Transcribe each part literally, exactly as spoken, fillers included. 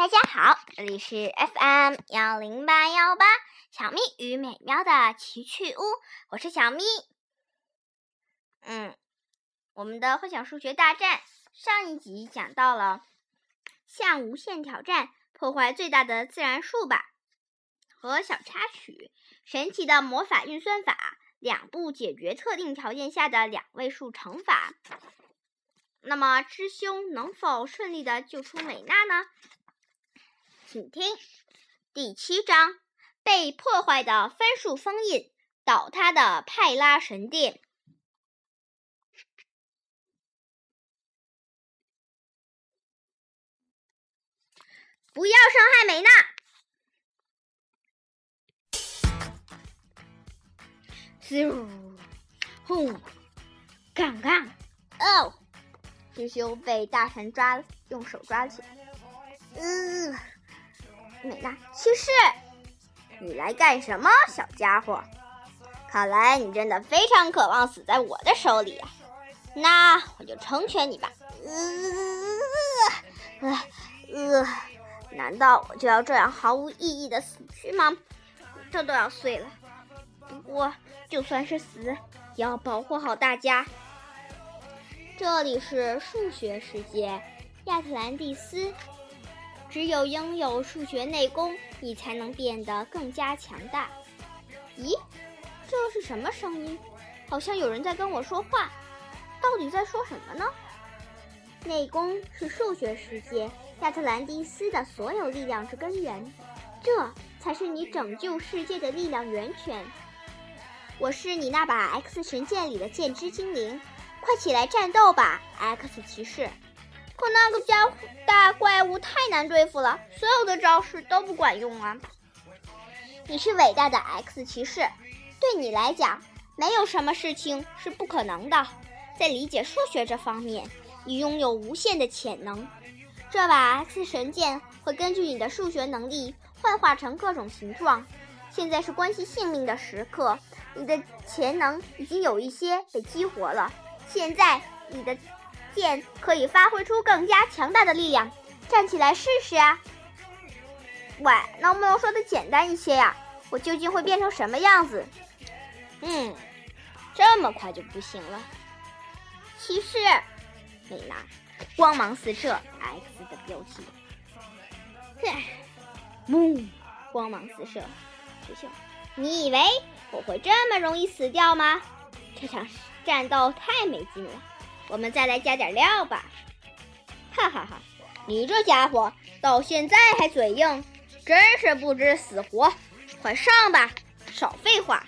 大家好，这里是 F M 一零八一八小咪与美妙的奇趣屋，我是小咪。嗯，我们的幻想数学大战上一集讲到了向无限挑战破坏最大的自然数吧，和小插曲神奇的魔法运算法，两步解决特定条件下的两位数乘法。那么知兄能否顺利的救出美娜呢？请听第七章，被破坏的分数封印，倒塌的派拉神殿。不要伤害美娜！咻，轰，杠杠，哦！知兄被大神抓，用手抓起来。嗯、呃，美娜，骑士，你来干什么，小家伙？看来你真的非常渴望死在我的手里啊！那我就成全你吧。呃呃呃，难道我就要这样毫无意义的死去吗？这都要碎了。不过，就算是死，也要保护好大家。这里是数学世界，亚特兰蒂斯。只有拥有数学内功，你才能变得更加强大。咦，这是什么声音？好像有人在跟我说话，到底在说什么呢？内功是数学世界亚特兰蒂斯的所有力量之根源，这才是你拯救世界的力量源泉。我是你那把 X 神剑里的剑之精灵，快起来战斗吧 ，X 骑士！可那个家伙大怪物太难对付了，所有的招式都不管用啊！你是伟大的 X 骑士，对你来讲，没有什么事情是不可能的。在理解数学这方面，你拥有无限的潜能。这把 X 神剑会根据你的数学能力幻化成各种形状。现在是关系性命的时刻，你的潜能已经有一些被激活了。现在你的剑可以发挥出更加强大的力量，站起来试试啊！喂，能不能说的简单一些呀？我究竟会变成什么样子？嗯，这么快就不行了。骑士，美娜，光芒四射 ，X 的标记。哼，嗡，光芒四射。师兄，你以为我会这么容易死掉吗？这场战斗太没劲了。我们再来加点料吧，哈哈哈！你这家伙到现在还嘴硬，真是不知死活！快上吧，少废话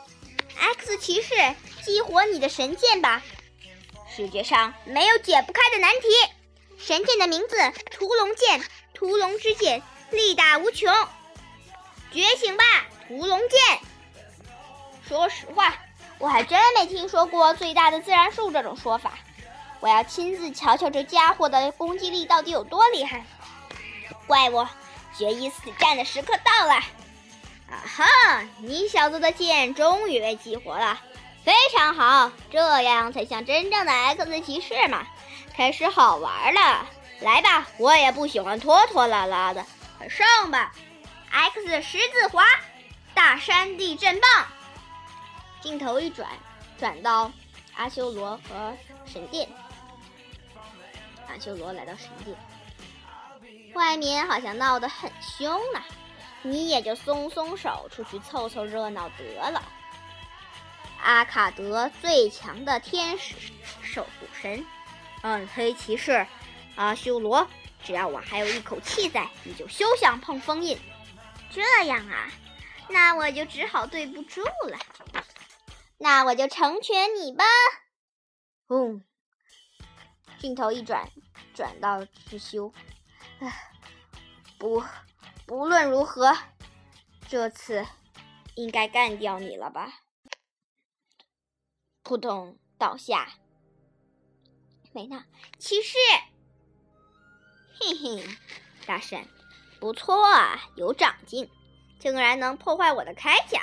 ！X 骑士，激活你的神剑吧！世界上没有解不开的难题。神剑的名字：屠龙剑，屠龙之剑，力大无穷。觉醒吧，屠龙剑！说实话，我还真没听说过最大的自然数这种说法。我要亲自瞧瞧这家伙的攻击力到底有多厉害。怪物，决一死战的时刻到了！啊哈，你小子的剑终于被激活了，非常好，这样才像真正的 X 骑士嘛。开始好玩了，来吧，我也不喜欢拖拖拉拉的，快上吧 ！X 十字滑，大山地震棒。镜头一转，转到阿修罗和神殿。阿修罗来到神殿，外面好像闹得很凶呢，你也就松松手，出去凑凑热闹得了。阿卡德最强的天使守护神，暗黑骑士阿修罗，只要我还有一口气在，你就休想碰封印。这样啊，那我就只好对不住了。那我就成全你吧。轰！镜头一转，转到知修。不，不论如何，这次应该干掉你了吧？扑通倒下。美娜，骑士！嘿嘿，大神，不错啊，有长进，竟然能破坏我的铠甲。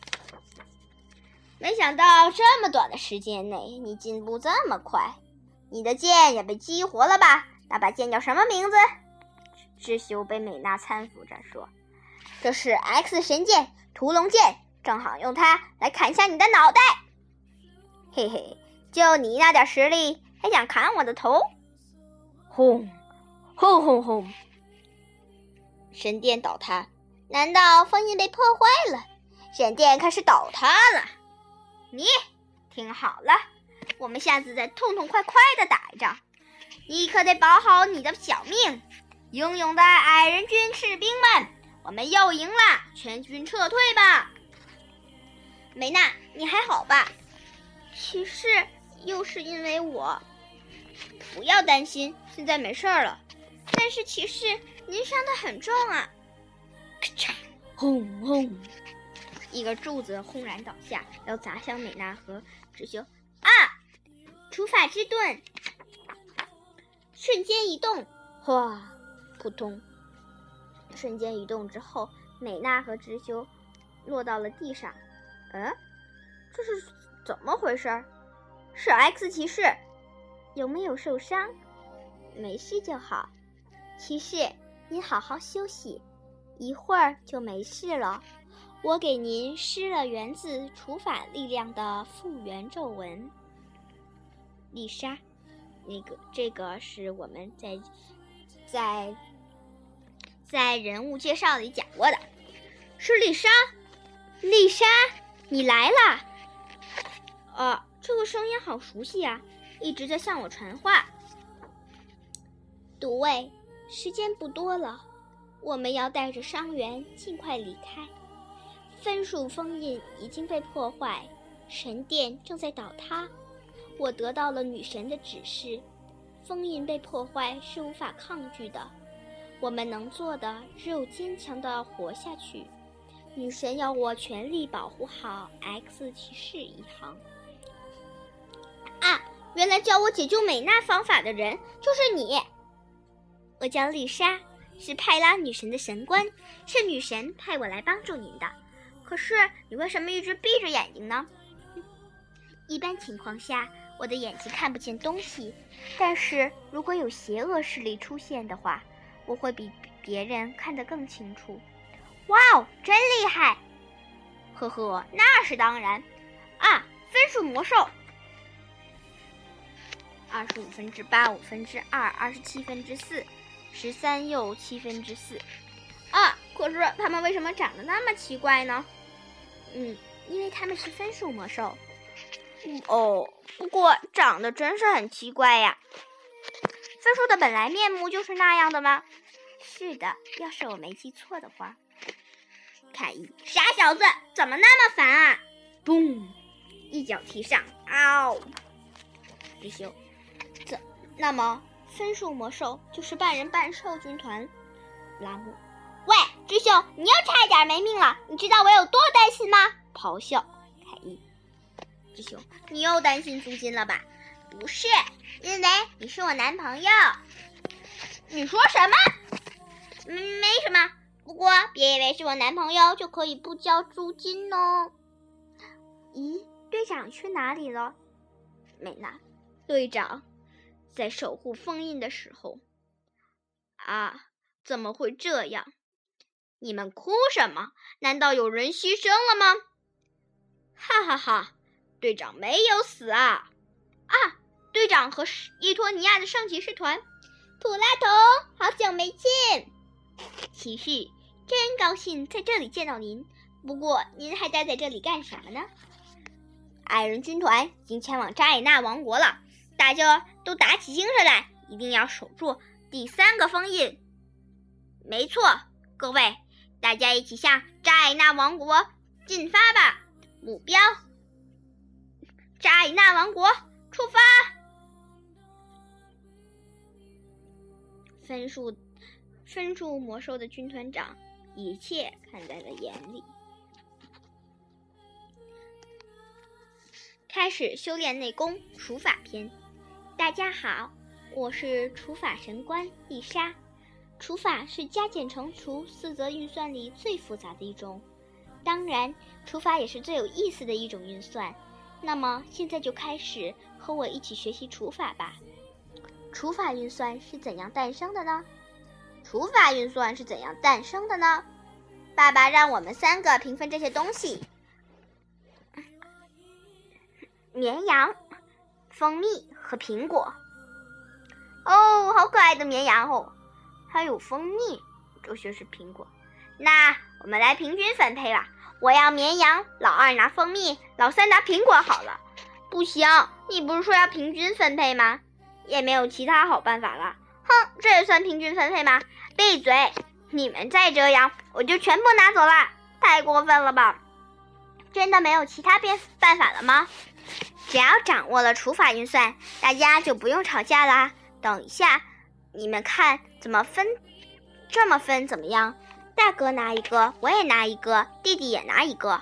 没想到这么短的时间内，你进步这么快。你的剑也被激活了吧？那把剑叫什么名字？ 智修被美娜搀扶着说：“这是 X 神剑屠龙剑，正好用它来砍下你的脑袋。嘿嘿，就你那点实力，还想砍我的头？”轰轰轰轰，神殿倒塌。难道封印被破坏了？神殿开始倒塌了。你听好了，我们下次再痛痛快快地打一仗，你可得保好你的小命。英勇的矮人军士兵们，我们又赢了，全军撤退吧。梅娜，你还好吧？骑士又是因为我。不要担心，现在没事了。但是骑士，您伤得很重啊。咔嚓，轰轰，一个柱子轰然倒下，要砸向美娜和智修。啊！除法之盾，瞬间移动，哗，扑通！瞬间移动之后，美娜和智修落到了地上。嗯，这是怎么回事？是 X 骑士，有没有受伤？没事就好。骑士，您好好休息，一会儿就没事了。我给您施了源自除法力量的复原咒文。丽莎，那个这个是我们在在在人物介绍里讲过的，是丽莎。丽莎，你来啦！啊，这个声音好熟悉啊，一直在向我传话。毒卫，时间不多了，我们要带着伤员尽快离开。分数封印已经被破坏，神殿正在倒塌。我得到了女神的指示，封印被破坏是无法抗拒的，我们能做的只有坚强地活下去。女神要我全力保护好 X 骑士一行。啊，原来教我解救美娜方法的人就是你。我叫丽莎，是派拉女神的神官，是女神派我来帮助您的。可是你为什么一直闭着眼睛呢？一般情况下，我的眼睛看不见东西，但是如果有邪恶势力出现的话，我会比别人看得更清楚。哇哦，真厉害！呵呵，那是当然。啊，分数魔兽。二十五分之八，五分之二，二十七分之四，十三又七分之四。啊，可是他们为什么长得那么奇怪呢？嗯，因为他们是分数魔兽。嗯哦，不过长得真是很奇怪呀。分数的本来面目就是那样的吗？是的，要是我没记错的话。凯伊，傻小子，怎么那么烦啊！嘣，一脚踢上，嗷！智修，这那么分数魔兽就是半人半兽军团。拉姆，喂，智修，你又差一点没命了，你知道我有多担心吗？咆哮。凯伊，智修，你又担心租金了吧？不是，因为你是我男朋友。你说什么？嗯，没什么。不过别以为是我男朋友就可以不交租金哦。咦，队长去哪里了？美娜，队长在守护封印的时候。啊，怎么会这样？你们哭什么？难道有人牺牲了吗？哈哈哈，队长没有死啊！啊，队长和伊托尼亚的圣骑士团。普拉童，好久没见。骑士，真高兴在这里见到您。不过您还待在这里干什么呢？矮人军团已经前往扎伊纳王国了，大家都打起精神来，一定要守住第三个封印。没错，各位，大家一起向扎伊纳王国进发吧！目标：扎伊纳王国，出发！分数分数魔兽的军团长一切看在了眼里。开始修炼内功除法篇。大家好，我是除法神官丽莎。除法是加减乘除四则运算里最复杂的一种，当然除法也是最有意思的一种运算。那么现在就开始和我一起学习除法吧。除法运算是怎样诞生的呢？ 除法运算是怎样诞生的呢？爸爸让我们三个平分这些东西：绵羊、蜂蜜和苹果。哦，好可爱的绵羊哦，还有蜂蜜，这些是苹果。那我们来平均分配吧。我要绵羊，老二拿蜂蜜，老三拿苹果好了。不行，你不是说要平均分配吗？也没有其他好办法了。哼，这也算平均分配吗？闭嘴！你们再这样，我就全部拿走了。太过分了吧？真的没有其他变办法了吗？只要掌握了除法运算，大家就不用吵架啦。等一下，你们看怎么分？这么分怎么样？大哥拿一个，我也拿一个，弟弟也拿一个。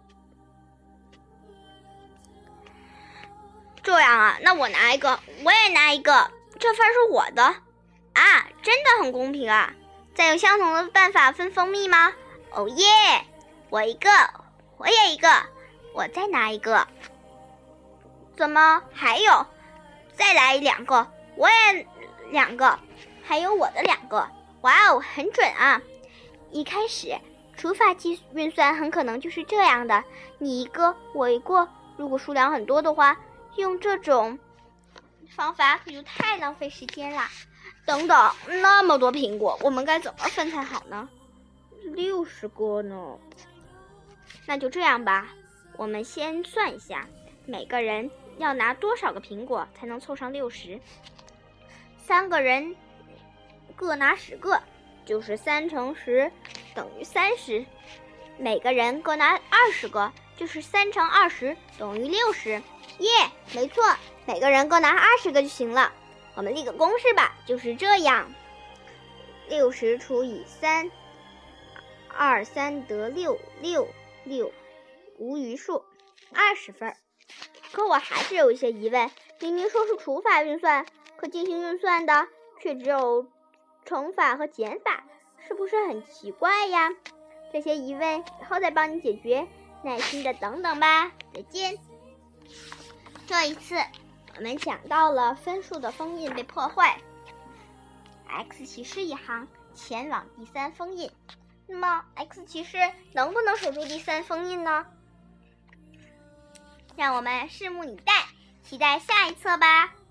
这样啊，那我拿一个，我也拿一个，这份是我的啊，真的很公平啊！再用相同的办法分蜂蜜吗？哦耶！我一个，我也一个，我再拿一个。怎么还有？再来两个，我也两个，还有我的两个。哇哦，很准啊！一开始除法计运算很可能就是这样的，你一个我一个，如果数量很多的话，用这种方法可就太浪费时间啦。等等，那么多苹果，我们该怎么分才好呢？六十个呢？那就这样吧，我们先算一下，每个人要拿多少个苹果才能凑上六十？三个人各拿十个，就是三乘十等于三十。每个人各拿二十个，就是三乘二十等于六十。耶，没错，每个人各拿二十个就行了。我们立个公式吧，就是这样：六十除以三，二三得六，六六无余数，二十分。可我还是有一些疑问，明明说是除法运算，可进行运算的却只有乘法和减法，是不是很奇怪呀？这些疑问以后再帮你解决，耐心的等等吧。再见。这一次我们讲到了分数的封印被破坏， X 骑士一行前往第三封印。那么 X 骑士能不能守住第三封印呢？让我们拭目以待，期待下一册吧。